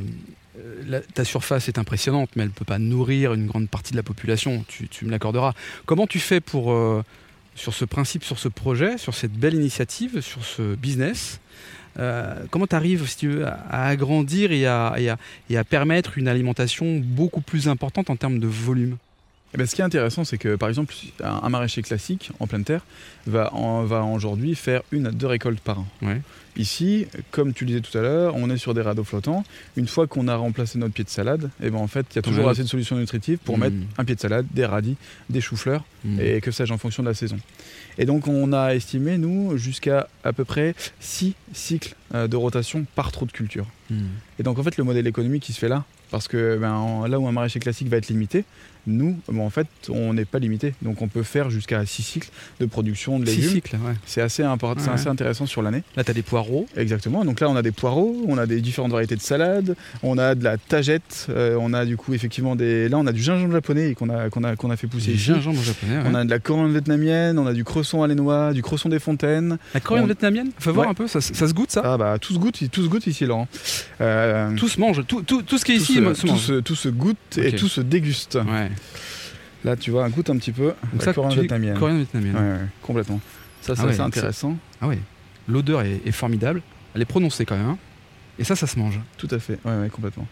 la, ta surface est impressionnante, mais elle ne peut pas nourrir une grande partie de la population, tu, tu me l'accorderas. Comment tu fais pour, euh, sur ce principe, sur ce projet, sur cette belle initiative, sur ce business, Euh, comment tu arrives, si tu veux, à, à agrandir et à, et, à, et à permettre une alimentation beaucoup plus importante en termes de volume ? Eh ben, ce qui est intéressant, c'est que par exemple, un, un maraîcher classique en pleine terre va, en, va aujourd'hui faire une à deux récoltes par an. Ouais. Ici, comme tu le disais tout à l'heure, on est sur des radeaux flottants. Une fois qu'on a remplacé notre pied de salade, eh ben, en fait, il y a toujours ouais. assez de solutions nutritives pour mmh. mettre un pied de salade, des radis, des choux-fleurs mmh. et que sais-je en fonction de la saison. Et donc on a estimé, nous, jusqu'à à peu près six cycles euh, de rotation par trou de culture. Mmh. Et donc en fait, le modèle économique qui se fait là, parce que ben, en, là où un maraîcher classique va être limité, nous, bon, en fait, on n'est pas limité. Donc on peut faire jusqu'à six cycles de production de légumes. Six cycles, ouais. C'est assez, import- ouais, c'est assez intéressant sur l'année. Là, tu as des poireaux. Exactement. Donc là, on a des poireaux, on a des différentes variétés de salades, on a de la tagette, euh, on a du coup effectivement des... Là, on a du gingembre japonais qu'on a, qu'on a, qu'on a fait pousser du ici. Gingembre japonais, ouais. On a de la coriandre vietnamienne, on a du cresson alénois, du cresson des fontaines. La coriandre on... vietnamienne, faut voir ouais. un peu, ça, ça se goûte ça ? Ah bah tout se goûte, tout se goûte ici, Laurent. Euh... Tout se mange, tout, tout, tout ce qui est tout ici se, se tout, se, tout se goûte okay. et tout se déguste. Ouais. Là, tu vois, goûte un petit peu. Donc ça, coriandre vietnamienne. Coriandre vietnamienne. Ouais, ouais, complètement. Ça, c'est ah ouais, intéressant. Ah ouais. L'odeur est, est formidable. Elle est prononcée quand même. Hein. Et ça, ça se mange. Tout à fait. Ouais, ouais, complètement.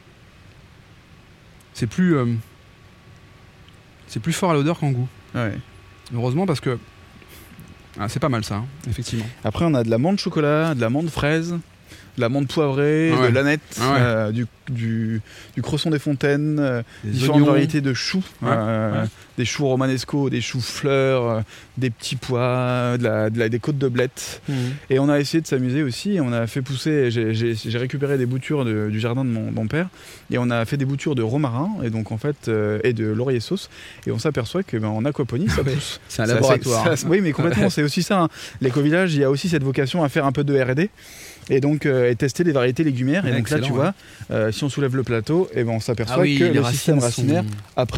C'est plus, euh, c'est plus fort à l'odeur qu'en goût. Ouais. Heureusement parce que ah, c'est pas mal ça, hein, effectivement. Après, on a de la menthe chocolat, de la menthe fraise, de la menthe poivrée, ah ouais. de l'aneth, ah ouais. euh, du, du, du cresson des fontaines, euh, différentes oignons. variétés de choux, ouais. Euh, ouais. des choux romanesco, des choux fleurs, euh, des petits pois, de la, de la, des côtes de blettes. Mmh. Et on a essayé de s'amuser aussi. On a fait pousser, j'ai, j'ai, j'ai récupéré des boutures de, du jardin de mon, mon père et on a fait des boutures de romarin et donc en fait euh, et de laurier sauce. Et on s'aperçoit que ben, en aquaponie ça pousse. C'est un laboratoire. Ça, ça, oui, mais complètement. C'est aussi ça. Hein. L'éco-village, il y a aussi cette vocation à faire un peu de R et D. Et donc euh, et tester les variétés légumières. Et donc là, tu vois, euh, si on soulève le plateau, et ben on s'aperçoit ah oui, que le système racinaire sont... a pris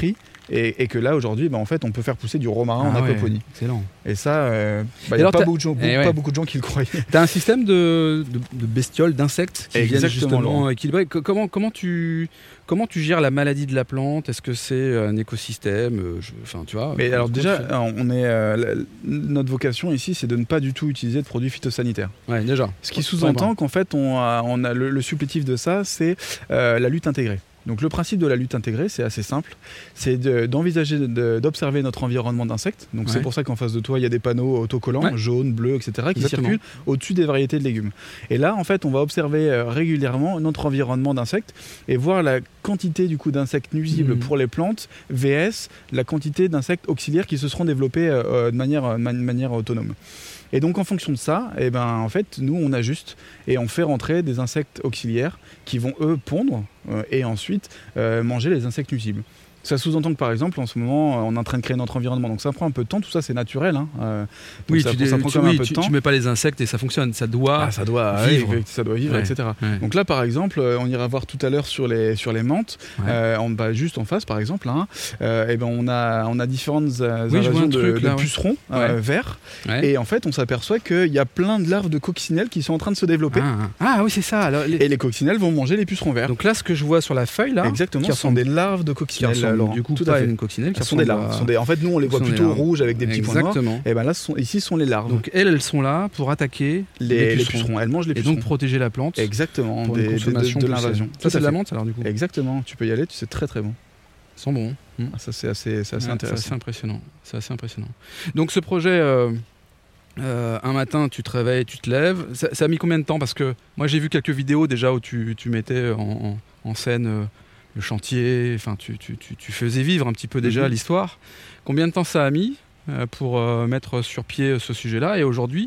Et, et que là aujourd'hui, bah, en fait, on peut faire pousser du romarin ah en ouais, aquaponie. Excellent. Et ça, euh, bah, il n'y a pas beaucoup, de gens, eh pas ouais. beaucoup de gens qui le croyaient. Tu as un système de, de, de bestioles, d'insectes qui Exactement, viennent justement Laurent. équilibrer. Que- Comment, comment, tu, comment tu gères la maladie de la plante? Est-ce que c'est un écosystème euh, je- Enfin, tu vois. Mais comment- alors comment déjà, tu fais on est, euh, la- notre vocation ici, c'est de ne pas du tout utiliser de produits phytosanitaires. Ouais, déjà. Ce qui sous-entend qu'en fait, on a, on a le, le supplétif de ça, c'est euh, la lutte intégrée. Donc le principe de la lutte intégrée, c'est assez simple, c'est de- d'envisager de- d'observer notre environnement d'insectes. Donc Ouais. c'est pour ça qu'en face de toi, il y a des panneaux autocollants, Ouais. jaunes, bleus, et cetera, qui Exactement. circulent au-dessus des variétés de légumes. Et là, en fait, on va observer euh, régulièrement notre environnement d'insectes et voir la quantité du coup d'insectes nuisibles Mhm. pour les plantes V S la quantité d'insectes auxiliaires qui se seront développés euh, euh, de manière, euh, man- manière autonome. Et donc en fonction de ça, eh ben, en fait, nous on ajuste et on fait rentrer des insectes auxiliaires qui vont eux pondre euh, et ensuite euh, manger les insectes nuisibles. Ça sous-entend que par exemple en ce moment on est en train de créer notre environnement, donc ça prend un peu de temps, tout ça c'est naturel. Hein. Euh, donc Oui, ça, tu, ça dé- prend tu, quand même oui, un peu tu, de temps. tu mets pas les insectes et ça fonctionne. Ça doit. Ah, ça doit vivre. vivre, ça doit vivre, Ouais. et cetera. Ouais. Donc là, par exemple, euh, on ira voir tout à l'heure sur les, sur les menthes, Ouais. euh, on, bah, juste en face, par exemple, hein, euh, eh ben, on, a, on a différentes euh, Oui, je vois invasions un de, truc, de là, ouais. pucerons euh, verts, Ouais. et en fait, on s'aperçoit qu'il y a plein de larves de coccinelles qui sont en train de se développer, Ah, ah oui, c'est ça. Alors, les- et les coccinelles vont manger les pucerons verts. Donc là, ce que je vois sur la feuille, là, Exactement, qui ce sont ressemble- des larves de qui coccinelles, ressemble Laurent. du coup Tout pas à à fait. une coccinelle, qui Ce sont des ressemble larves. à- Ce sont des- En fait, nous, on les Ce voit sont des plutôt larves. rouges avec des petits points noirs. Exactement. Et ben là, ce sont, ici, ce sont les larves. Donc elles, elles sont là pour attaquer les, les pucerons. pucerons. elles mangent les Et pucerons. donc protéger la plante Exactement, pour des- une des- consommation de, de plus l'invasion. saine. Tout Ça, à c'est de la fait. menthe alors du coup. Exactement, tu peux y aller, tu sais très très bon. Ils sont bons. Hmm. Ah, ça, c'est assez, c'est assez Ouais, intéressant. C'est assez impressionnant. C'est assez impressionnant. Donc ce projet, euh, euh, un matin, tu te réveilles, tu te lèves. Ça, ça a mis combien de temps? Parce que moi, j'ai vu quelques vidéos déjà où tu, tu mettais en, en- en scène euh, le chantier. Enfin, tu, tu, tu, tu faisais vivre un petit peu déjà Mhm. l'histoire. Combien de temps ça a mis euh, pour euh, mettre sur pied ce sujet-là? Et aujourd'hui,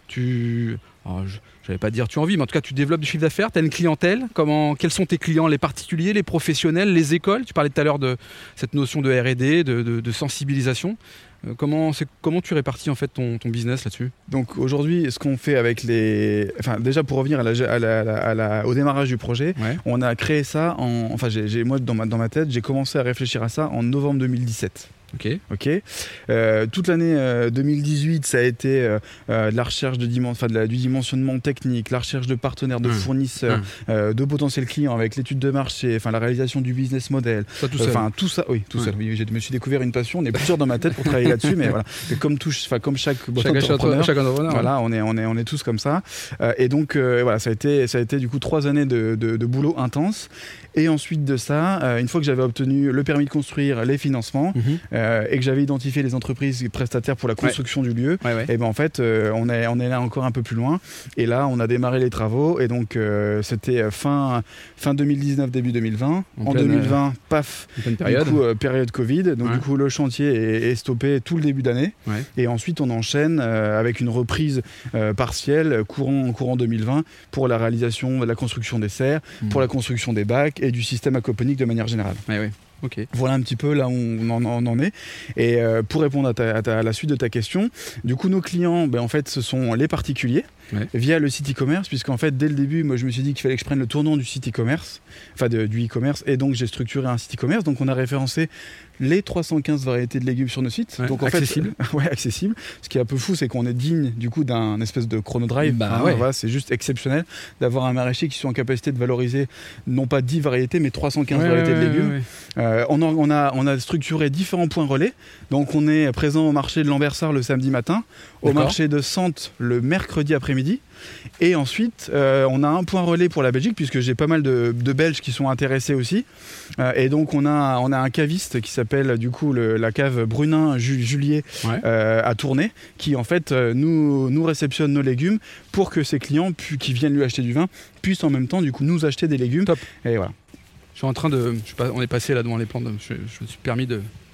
tu... alors, je n'allais pas dire tu en vis, mais en tout cas, tu développes du chiffre d'affaires, tu as une clientèle. Comment, quels sont tes clients, les particuliers, les professionnels, les écoles? Tu parlais tout à l'heure de cette notion de R et D, de, de, de sensibilisation. Euh, comment, c'est, comment tu répartis en fait ton, ton business là-dessus? Donc aujourd'hui, ce qu'on fait avec les... Enfin déjà pour revenir à la, à la- à la- à la- au démarrage du projet, Ouais. on a créé ça en... Enfin j'ai, j'ai- moi dans ma, dans ma tête, j'ai commencé à réfléchir à ça en novembre deux mille dix-sept. Ok. Ok. Euh, toute l'année euh, deux mille dix-huit, ça a été euh, euh, de la recherche de dimen- enfin, de la- du dimensionnement technique, la recherche de partenaires, de Mmh. fournisseurs, Mmh. euh, de potentiels clients avec l'étude de marché, enfin la réalisation du business model. Toi tout seul. Enfin tout ça, oui, tout Ouais. seul. Oui, je me suis découvert une passion. On est plusieurs dans ma tête pour travailler là-dessus, mais voilà. Et comme tout, enfin comme chaque boîte chaque, entrepreneur, chaque entrepreneur. voilà, on est, on est, on est tous comme ça. Euh, et donc, euh, voilà, ça a été, ça a été du coup trois années de, de, de boulot intense. Et ensuite de ça, euh, une fois que j'avais obtenu le permis de construire, les financements, Mhm. euh, et que j'avais identifié les entreprises prestataires pour la construction du lieu, Ouais, ouais. et ben en fait, euh, on, est, on est là encore un peu plus loin. Et là, on a démarré les travaux. Et donc, euh, c'était fin, fin deux mille dix-neuf, début deux mille vingt. En En, pleine, deux mille vingt, paf, En pleine du période. coup, euh, période Covid. Donc, Ouais. du coup, le chantier est, est stoppé tout le début d'année. Ouais. Et ensuite, on enchaîne euh, avec une reprise euh, partielle euh, courant, courant deux mille vingt pour la réalisation de la construction des serres, Mhm. pour la construction des bacs et du système aquaponique de manière générale. Ouais, ouais. Ok. Voilà un petit peu là où on en, on en est. Et euh, pour répondre à, ta- à ta- à la suite de ta question, du coup, nos clients, ben, en fait, ce sont les particuliers Ouais. via le site e-commerce, puisqu'en fait, dès le début, moi, je me suis dit qu'il fallait que je prenne le tournant du site e-commerce, enfin de- du e-commerce, et donc j'ai structuré un site e-commerce. Donc, on a référencé les trois cent quinze variétés de légumes sur nos sites. Ouais, Donc, en accessible. fait, ouais, accessible. Ce qui est un peu fou, c'est qu'on est digne du coup d'un espèce de chronodrive. Bah ouais. Voilà, c'est juste exceptionnel d'avoir un maraîcher qui soit en capacité de valoriser non pas dix variétés, mais trois cent quinze Ouais, variétés ouais, de légumes. ouais, ouais. Euh, on, a, on, a, on a structuré différents points relais. Donc on est présent au marché de Lambersart le samedi matin, au D'accord. marché de Sante le mercredi après-midi. Et ensuite, euh, on a un point relais pour la Belgique, puisque j'ai pas mal de, de Belges qui sont intéressés aussi. Euh, et donc on a, on a un caviste qui s'appelle du coup le, la cave Brunin Ju- Julier Ouais. euh, à Tournai, qui en fait euh, nous, nous réceptionne nos légumes pour que ses clients pu- qui viennent lui acheter du vin puissent en même temps du coup nous acheter des légumes. Top. Et voilà. Je suis en train de. Je suis pas, on est passé là devant les plantes. Je, je me suis permis de,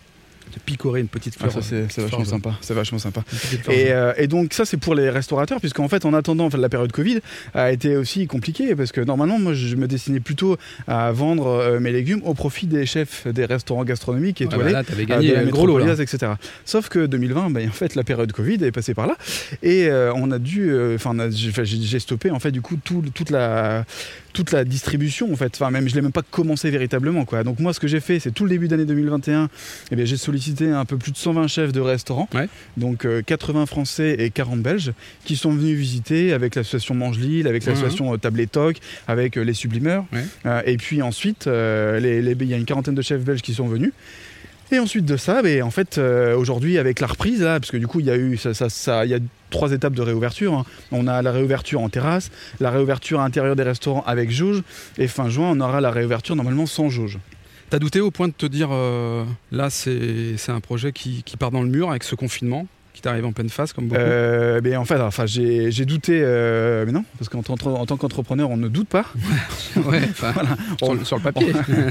de picorer une petite fleur. Ah, ça c'est, c'est vachement sympa. C'est vachement sympa. Et, euh, et donc ça c'est pour les restaurateurs, puisqu'en fait en attendant en fait, la période Covid a été aussi compliquée, parce que normalement moi je me destinais plutôt à vendre euh, mes légumes au profit des chefs des restaurants gastronomiques étoilés, ouais, bah là, t'avais gagné euh, un gros lot, là. et cetera. Sauf que deux mille vingt, bah, en fait la période Covid est passée par là et euh, on a dû, enfin euh, j'ai, j'ai stoppé en fait du coup tout, toute la toute la distribution en fait, enfin même je l'ai même pas commencé véritablement quoi. Donc moi ce que j'ai fait c'est tout le début d'année deux mille vingt et un, eh bien, j'ai sollicité un peu plus de cent vingt chefs de restaurants, ouais. donc euh, quatre-vingts français et quarante belges qui sont venus visiter avec l'association Mange Lille, avec l'association mmh. Table et Toc, avec euh, les Sublimeurs ouais. euh, et puis ensuite euh, les, les, il y a une quarantaine de chefs belges qui sont venus. Et ensuite de ça, bah, en fait, euh, aujourd'hui, avec la reprise, là, parce que du coup, il y a eu ça, ça, ça, y a trois étapes de réouverture. Hein. On a la réouverture en terrasse, la réouverture à l'intérieur des restaurants avec jauge, et fin juin, on aura la réouverture normalement sans jauge. T'as douté au point de te dire, euh, là, c'est, c'est un projet qui, qui part dans le mur avec ce confinement qui t'arrive en pleine face comme beaucoup? euh, ben en fait, enfin, j'ai, j'ai douté, euh, mais non, parce qu'en en, en tant qu'entrepreneur, on ne doute pas. ouais, voilà. sur, on, sur le papier.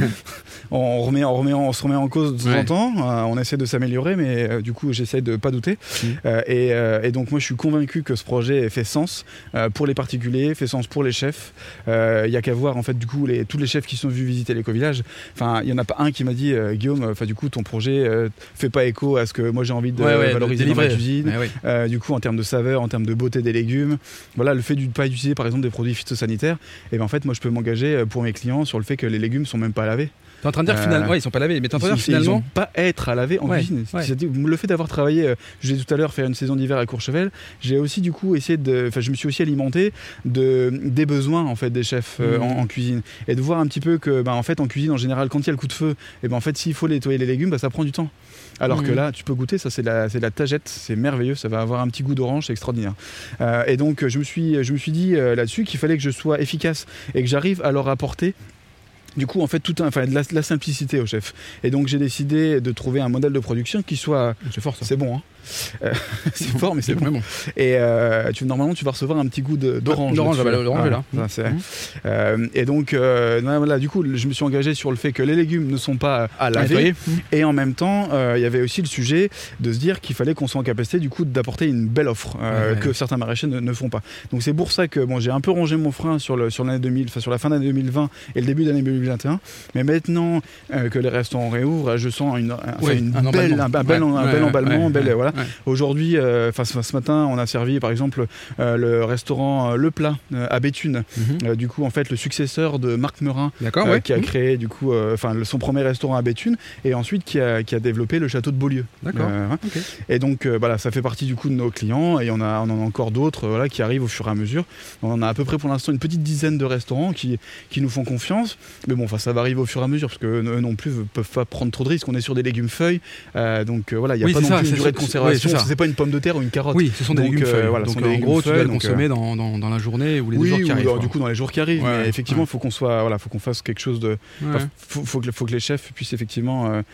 On, on, remet, on, remet, on se remet en cause de temps ouais. en temps, euh, on essaie de s'améliorer, mais euh, du coup, j'essaie de ne pas douter. Mmh. Euh, et, euh, et donc, moi, je suis convaincu que ce projet fait sens euh, pour les particuliers, fait sens pour les chefs. Il euh, n'y a qu'à voir, en fait, du coup, les, tous les chefs qui sont venus visiter l'éco-village. Enfin, il n'y en a pas un qui m'a dit, euh, Guillaume, enfin, du coup, ton projet ne euh, fait pas écho à ce que moi j'ai envie de ouais, ouais, valoriser de dans ma cuisine. Ouais, ouais. Euh, du coup, en termes de saveur, en termes de beauté des légumes, voilà, le fait de ne pas utiliser, par exemple, des produits phytosanitaires, et ben en fait, moi, je peux m'engager pour mes clients sur le fait que les légumes ne sont même pas à laver. T'es en train de dire euh, finalement, ouais, ils sont pas lavés, mais t'es en train de dire finalement, ils n'ont pas à être à laver en ouais, cuisine. Ouais. Le fait d'avoir travaillé, euh, je disais tout à l'heure, faire une saison d'hiver à Courchevel, j'ai aussi du coup essayé de, enfin, je me suis aussi alimenté de des besoins en fait des chefs euh, mmh. en, en cuisine, et de voir un petit peu que, ben en fait, en cuisine en général, quand il y a le coup de feu, et ben en fait, s'il faut nettoyer les légumes, ben, ça prend du temps. Alors mmh. que là, tu peux goûter, ça c'est de la, c'est de la tagette, c'est merveilleux, ça va avoir un petit goût d'orange, c'est extraordinaire. Euh, et donc je me suis, je me suis dit euh, là-dessus qu'il fallait que je sois efficace et que j'arrive à leur apporter. Du coup, en fait, tout un, enfin, de la, de la simplicité au chef. Et donc, j'ai décidé de trouver un modèle de production qui soit. C'est fort, ça. C'est bon, hein. Euh, c'est fort, mais c'est bon. bon. Et euh, tu, normalement, tu vas recevoir un petit goût de, d'orange. D'orange, bah, l'orange ah, là. Ça, c'est, mmh. euh, et donc, euh, là, du coup, je me suis engagé sur le fait que les légumes ne sont pas à laver. Mmh. Et en même temps, il euh, y avait aussi le sujet de se dire qu'il fallait qu'on soit en capacité, du coup, d'apporter une belle offre euh, ouais, que ouais. certains maraîchers ne, ne font pas. Donc, c'est pour ça que bon, j'ai un peu rongé mon frein sur, le, sur, l'année deux mille, sur la fin d'année deux mille vingt et le début d'année deux mille vingt et un. Mais maintenant euh, que les restaurants réouvrent, je sens une, un, oui, une un belle, un, un bel, ouais, un ouais, bel emballement. Ouais, belle, ouais, voilà. ouais. Aujourd'hui, euh, ce matin, on a servi par exemple euh, le restaurant euh, Le Plat euh, à Béthune. Mm-hmm. Euh, du coup, en fait, le successeur de Marc Meurin, euh, ouais. qui a mmh. créé du coup, enfin, euh, son premier restaurant à Béthune, et ensuite qui a, qui a développé le château de Beaulieu. D'accord. Euh, hein. Okay. Et donc, euh, voilà, ça fait partie du coup de nos clients, et on, a, on en a encore d'autres, voilà, qui arrivent au fur et à mesure. On en a à peu près pour l'instant une petite dizaine de restaurants qui, qui nous font confiance. Mais bon, enfin, ça va arriver au fur et à mesure, parce que eux non plus ne peuvent pas prendre trop de risques. On est sur des légumes feuilles, euh, donc euh, voilà, il n'y a oui, pas non ça, plus une durée de conservation. Oui, c'est, c'est pas une pomme de terre ou une carotte. Oui, ce sont des donc, légumes feuilles. Euh, voilà, donc en gros, tu dois le donc, consommer euh... dans, dans, dans la journée ou les oui, deux jours qui ou, arrivent. Alors, du coup, dans les jours qui arrivent. Ouais, mais effectivement, il ouais. faut qu'on soit, voilà, faut qu'on fasse quelque chose de. Ouais. Faut, faut, que, faut que les chefs puissent effectivement euh,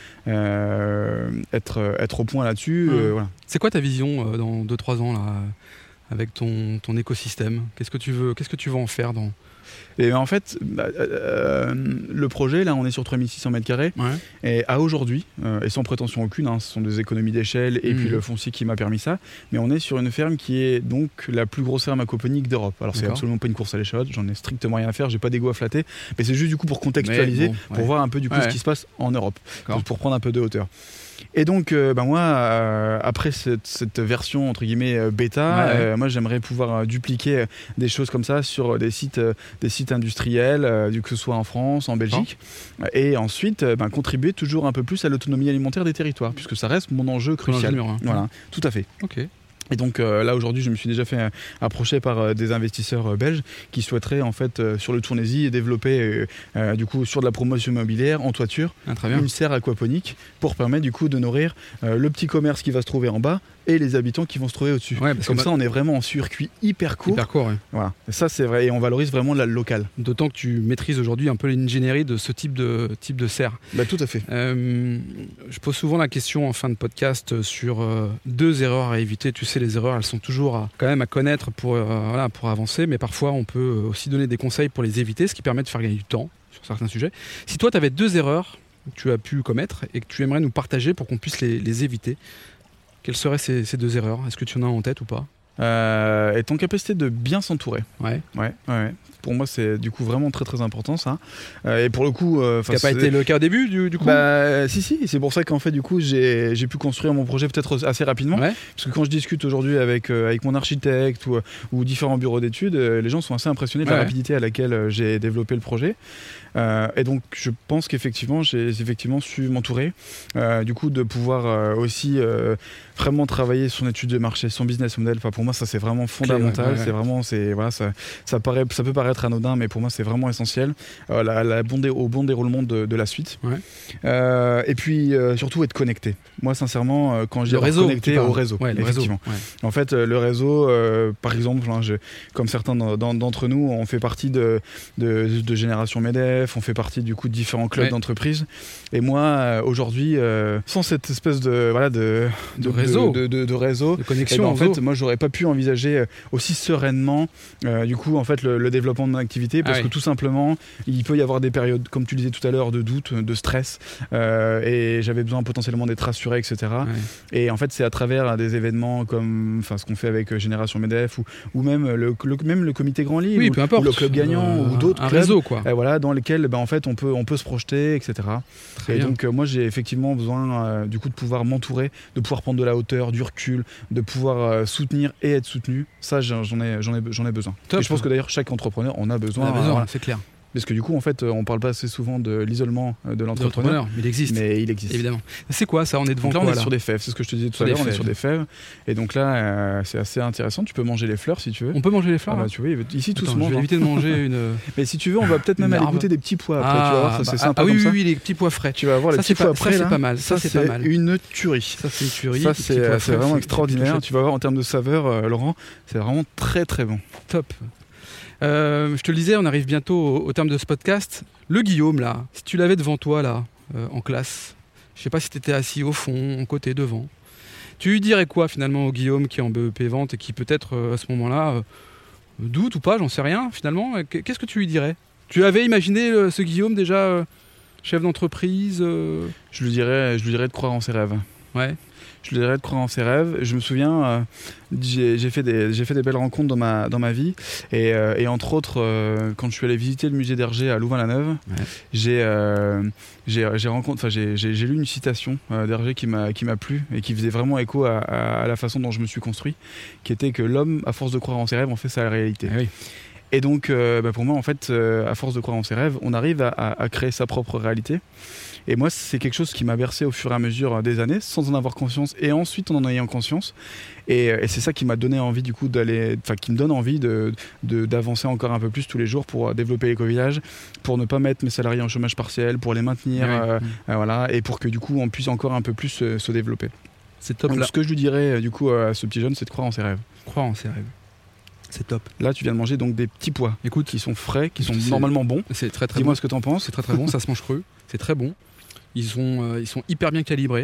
euh, être, être au point là-dessus. Ouais. Euh, voilà. C'est quoi ta vision euh, dans deux trois ans là, avec ton, ton écosystème? Qu'est-ce que tu veux, qu'est-ce que tu veux en faire dans... Et en fait, bah, euh, le projet, là, on est sur trois mille six cents mètres carrés. Ouais. Et à aujourd'hui, euh, et sans prétention aucune, hein, ce sont des économies d'échelle et mmh. puis le foncier qui m'a permis ça. Mais on est sur une ferme qui est donc la plus grosse ferme aquaponique d'Europe. Alors, D'accord. c'est absolument pas une course à l'échalote, j'en ai strictement rien à faire, j'ai pas d'égo à flatter. Mais c'est juste du coup pour contextualiser, bon, ouais. pour voir un peu du coup ouais. ce qui se passe en Europe, pour, pour prendre un peu de hauteur. Et donc, euh, bah moi, euh, après cette, cette version entre guillemets euh, bêta, ouais, ouais. Euh, moi j'aimerais pouvoir euh, dupliquer des choses comme ça sur des sites, euh, des sites industriels, euh, que ce soit en France, en Belgique, oh. et ensuite euh, bah, contribuer toujours un peu plus à l'autonomie alimentaire des territoires, puisque ça reste mon enjeu crucial. Mur, hein. Voilà, tout à fait. Ok. Et donc euh, là aujourd'hui je me suis déjà fait euh, approcher par euh, des investisseurs euh, belges qui souhaiteraient en fait euh, sur le Tournaisis développer euh, euh, du coup sur de la promotion immobilière en toiture ah, une serre aquaponique pour permettre du coup de nourrir euh, le petit commerce qui va se trouver en bas et les habitants qui vont se trouver au-dessus. Ouais, Comme ça on est vraiment en circuit hyper court. Hyper court, ouais. Voilà. Et ça c'est vrai et on valorise vraiment la locale. D'autant que tu maîtrises aujourd'hui un peu l'ingénierie de ce type de, type de serre. Bah, tout à fait. Euh, je pose souvent la question en fin de podcast sur euh, deux erreurs à éviter. Tu sais, les erreurs elles sont toujours À, quand même à connaître pour, euh, voilà, pour avancer, mais parfois on peut aussi donner des conseils pour les éviter, ce qui permet de faire gagner du temps sur certains sujets. Si toi tu avais deux erreurs que tu as pu commettre et que tu aimerais nous partager pour qu'on puisse les, les éviter. Quelles seraient ces, ces deux erreurs? Est-ce que tu en as en tête ou pas? Euh, et ton capacité de bien s'entourer. Ouais. Ouais, ouais. Pour moi, c'est du coup vraiment très très important ça. Euh, et pour le coup, euh, ça n'a pas été le cas au début du, du coup. Bah si si. C'est pour ça qu'en fait du coup j'ai, j'ai pu construire mon projet peut-être assez rapidement. Ouais. Parce que quand je discute aujourd'hui avec euh, avec mon architecte ou, ou différents bureaux d'études, euh, les gens sont assez impressionnés de la ouais. rapidité à laquelle euh, j'ai développé le projet. Euh, et donc je pense qu'effectivement j'ai effectivement su m'entourer. Euh, du coup de pouvoir euh, aussi euh, vraiment travailler son étude de marché, son business model. Enfin pour moi ça c'est vraiment fondamental. Clé, ouais, ouais, c'est ouais. vraiment c'est voilà ça ça paraît ça peut paraître anodin mais pour moi c'est vraiment essentiel. Euh, la, la bon dé- au bon déroulement de, de la suite. Ouais. Euh, et puis euh, surtout être connecté. Moi sincèrement euh, quand je dis le réseau, connecté au réseau, ouais, le effectivement. réseau, ouais. En fait euh, le réseau, euh, par exemple, hein, je, comme certains dans, dans, d'entre nous, on fait partie de, de, de Génération MEDEF, on fait partie du coup de différents clubs ouais. d'entreprise. Et moi euh, aujourd'hui, euh, sans cette espèce de voilà de, de, de réseau, de, de, de, de réseau, de connexion, ben, en réseau. fait, moi j'aurais pas pu envisager aussi sereinement euh, du coup en fait le, le développement de mon activité parce ah, que oui. tout simplement il peut y avoir des périodes comme tu le disais tout à l'heure de doute, de stress euh, et j'avais besoin potentiellement d'être rassuré, etc. Ouais. Et en fait c'est à travers des événements comme enfin ce qu'on fait avec Génération MEDEF ou, ou même le, le même le comité Grand Livre oui, ou, peu importe. ou le club gagnant euh, ou d'autres un clubs, réseau quoi euh, voilà, dans lesquels ben, en fait on peut, on peut se projeter, etc. Très et bien. donc euh, moi j'ai effectivement besoin euh, du coup de pouvoir m'entourer, de pouvoir prendre de la hauteur, du recul, de pouvoir euh, soutenir et être soutenu. Ça j'en ai, j'en ai, j'en ai besoin. Top. Et je pense que d'ailleurs chaque entrepreneur en a besoin, on a besoin, euh, voilà. c'est clair. Parce que du coup en fait on parle pas assez souvent de l'isolement de l'entrepreneur, mais il existe. mais il existe. Évidemment. C'est quoi ça? On est devant donc là on quoi, est là sur des fèves, c'est ce que je te disais tout sur à l'heure, on fèves. est sur des fèves. Et donc là euh, c'est assez intéressant, tu peux manger les fleurs si tu veux. On peut manger les fleurs ah bah, là tu vois, ici tout Attends, se mange. je vais hein. éviter de manger une. Mais si tu veux on va peut-être même aller arbre. goûter des petits pois après, ah, tu vas voir, ça bah, c'est sympa ah, oui, comme oui, ça. oui, les petits pois frais. Tu vas voir ça, les petits pas, pois frais ça, là. c'est pas mal. Ça, Ça c'est c'est pas mal. une tuerie. Ça c'est une tuerie. Ça Petits c'est, pois c'est frais, vraiment c'est- extraordinaire. c'est Tu vas voir en termes de saveur, euh, Laurent, c'est vraiment très très bon. top. Euh, je te le disais, on arrive bientôt au, au terme de ce podcast. Le Guillaume, là, si tu l'avais devant toi, là, euh, en classe, je sais pas si tu étais assis au fond, en côté, devant, tu lui dirais quoi finalement au Guillaume qui est en B E P vente et qui peut-être euh, à ce moment-là euh, doute ou pas, j'en sais rien finalement. Qu'est-ce que tu lui dirais? Tu avais imaginé euh, ce Guillaume déjà euh, chef d'entreprise euh... Je lui dirais, je lui dirais de croire en ses rêves. Ouais. Je lui dirais de croire en ses rêves. Je me souviens, euh, j'ai, j'ai, fait des, j'ai fait des belles rencontres dans ma, dans ma vie. Et, euh, et entre autres, euh, quand je suis allé visiter le musée d'Hergé à Louvain-la-Neuve, Ouais. j'ai, euh, j'ai, j'ai, rencontré, j'ai, j'ai, j'ai lu une citation euh, d'Hergé qui m'a, qui m'a plu et qui faisait vraiment écho à, à, à la façon dont je me suis construit, qui était que l'homme, à force de croire en ses rêves, en fait sa réalité. Ah oui. Et donc, euh, bah pour moi, en fait, euh, à force de croire en ses rêves, on arrive à, à, à créer sa propre réalité. Et moi, c'est quelque chose qui m'a bercé au fur et à mesure des années, sans en avoir conscience, et ensuite en en ayant conscience. Et, et c'est ça qui m'a donné envie, du coup, d'aller, enfin, qui me donne envie de, de, d'avancer encore un peu plus tous les jours pour développer l'éco-village, pour ne pas mettre mes salariés en chômage partiel, pour les maintenir, Ouais. euh, euh, voilà, et pour que du coup, on puisse encore un peu plus se, se développer. C'est top. Donc, Là, ce que je lui dirais, euh, du coup, à ce petit jeune, c'est de croire en ses rêves. croire en ses rêves. C'est top. Là, tu viens de manger donc des petits pois, Écoute, qui sont frais, qui sont C'est- normalement bons. c'est très très Dis-moi bon. ce que t'en penses. C'est très très bon, ça se mange cru, c'est très bon. Ils sont, euh, ils sont hyper bien calibrés.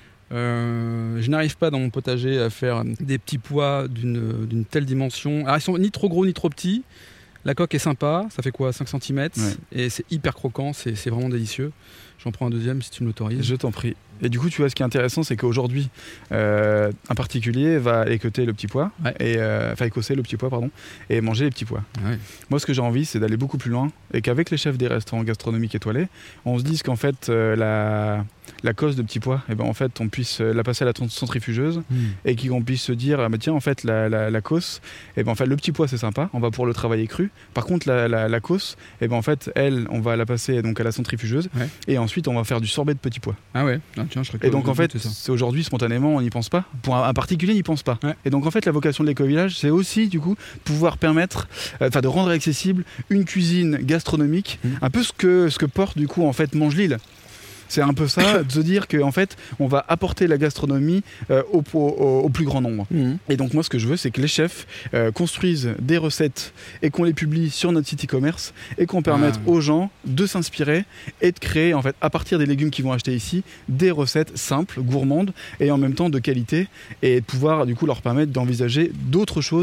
Euh, je n'arrive pas dans mon potager à faire des petits pois d'une, d'une telle dimension. Alors ils sont ni trop gros ni trop petits. La coque est sympa, ça fait quoi, cinq centimètres, Ouais. et c'est hyper croquant, c'est, c'est vraiment délicieux. J'en prends un deuxième si tu me l'autorises. Je t'en prie. Et du coup, tu vois, ce qui est intéressant, c'est qu'aujourd'hui, euh, un particulier va écoter le petit pois, Ouais. et, euh, enfin écosser le petit pois, pardon, et manger les petits pois. Ouais. Moi, ce que j'ai envie, c'est d'aller beaucoup plus loin, et qu'avec les chefs des restaurants gastronomiques étoilés, on se dise qu'en fait, euh, la, la cosse de petits pois, eh ben, en fait, on puisse la passer à la centrifugeuse, Mmh. et qu'on puisse se dire, ah, bah, tiens, en fait, la, la, la cosse, eh ben, en fait, le petit pois, c'est sympa, on va pouvoir le travailler cru. Par contre, la, la, la cosse, eh ben, en fait, elle, on va la passer donc, à la centrifugeuse, Ouais. et ensuite, on va faire du sorbet de petits pois. Ah ouais, ah, tiens, je serais Et donc curieux en de fait, goûter ça. c'est aujourd'hui spontanément, on n'y pense pas. Pour un, un particulier, n'y pense pas. Ouais. Et donc en fait, la vocation de l'éco-village, c'est aussi du coup pouvoir permettre, enfin de rendre accessible une cuisine gastronomique, Mmh. un peu ce que ce que porte du coup en fait Mange Lille. C'est un peu ça, de se dire qu'en fait, on va apporter la gastronomie euh, au, au, au plus grand nombre. Mmh. Et donc moi, ce que je veux, c'est que les chefs euh, construisent des recettes et qu'on les publie sur notre site e-commerce et qu'on permette Ah. aux gens de s'inspirer et de créer, en fait, à partir des légumes qu'ils vont acheter ici, des recettes simples, gourmandes et en même temps de qualité, et de pouvoir du coup leur permettre d'envisager d'autres choses.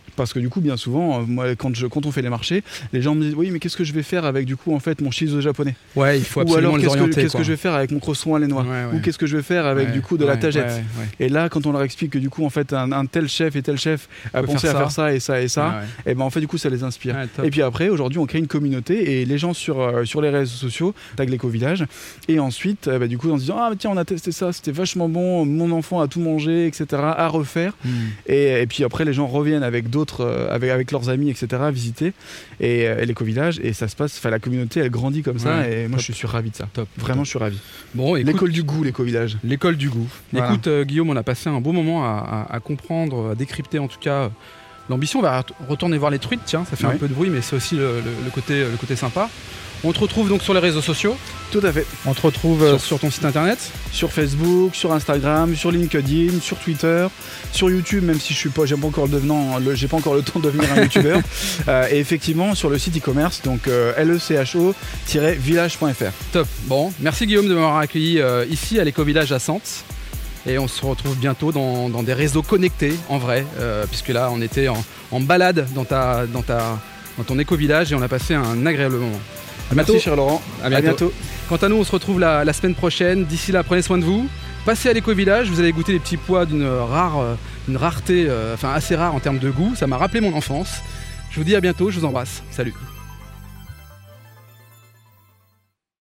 Parce que du coup, bien souvent, moi, quand, je, quand on fait les marchés, les gens me disent oui, mais qu'est-ce que je vais faire avec du coup en fait mon shiso japonais? Ouais, il faut Ou absolument alors les qu'est-ce orienter. que, qu'est-ce quoi. que je vais faire avec mon croissant à l'énois? Ouais, ouais. Ou qu'est-ce que je vais faire avec Ouais, du coup de ouais, la tagette? ouais, ouais. Et là, quand on leur explique que du coup en fait un, un tel chef et tel chef a pensé faire à ça. faire ça et ça et ça, Ouais, ouais. et ben en fait du coup ça les inspire. Ouais, top. Et puis après, aujourd'hui, on crée une communauté et les gens sur euh, sur les réseaux sociaux taguent l'éco-village et ensuite, euh, bah, du coup, en se disant ah tiens, on a testé ça, c'était vachement bon, mon enfant a tout mangé, et cetera à refaire. Mmh. Et, et puis après, les gens reviennent avec d'autres, euh, avec avec leurs amis, et cetera visiter et, euh, et l'éco-village et ça se passe. Enfin, la communauté, elle grandit comme ça Ouais, et moi, top. je suis ravi de ça. Top. Vraiment, top. je suis ravi. Bon, écoute, L'école du goût, l'éco-village. l'école du goût. Voilà. Écoute, euh, Guillaume, on a passé un beau moment à, à- à comprendre, à décrypter en tout cas euh, l'ambition. On va ret- retourner voir les truites, tiens, ça fait Ouais. un peu de bruit, mais c'est aussi le, le- le côté, le côté sympa. On te retrouve donc sur les réseaux sociaux. Tout à fait. On te retrouve euh, Sur- sur ton site internet. Sur Facebook, sur Instagram, sur LinkedIn, sur Twitter, sur YouTube, même si je suis pas, j'ai pas encore le devenant, le, j'ai pas encore le temps de devenir un youtubeur. Euh, et effectivement, sur le site e-commerce, donc euh, lecho village point f r. Top. Bon, merci Guillaume de m'avoir accueilli euh, ici à l'éco-village à Sentes. Et on se retrouve bientôt dans, dans des réseaux connectés, en vrai, euh, puisque là, on était en, en balade dans, ta, dans, ta, dans ton éco-village et on a passé un agréable moment. À bientôt. Merci cher Laurent. À bientôt. Quant à nous, on se retrouve la, la semaine prochaine. D'ici là, prenez soin de vous. Passez à l'éco-village, vous allez goûter les petits pois d'une rare, euh, une rareté, euh, enfin assez rare en termes de goût. Ça m'a rappelé mon enfance. Je vous dis à bientôt, je vous embrasse. Salut.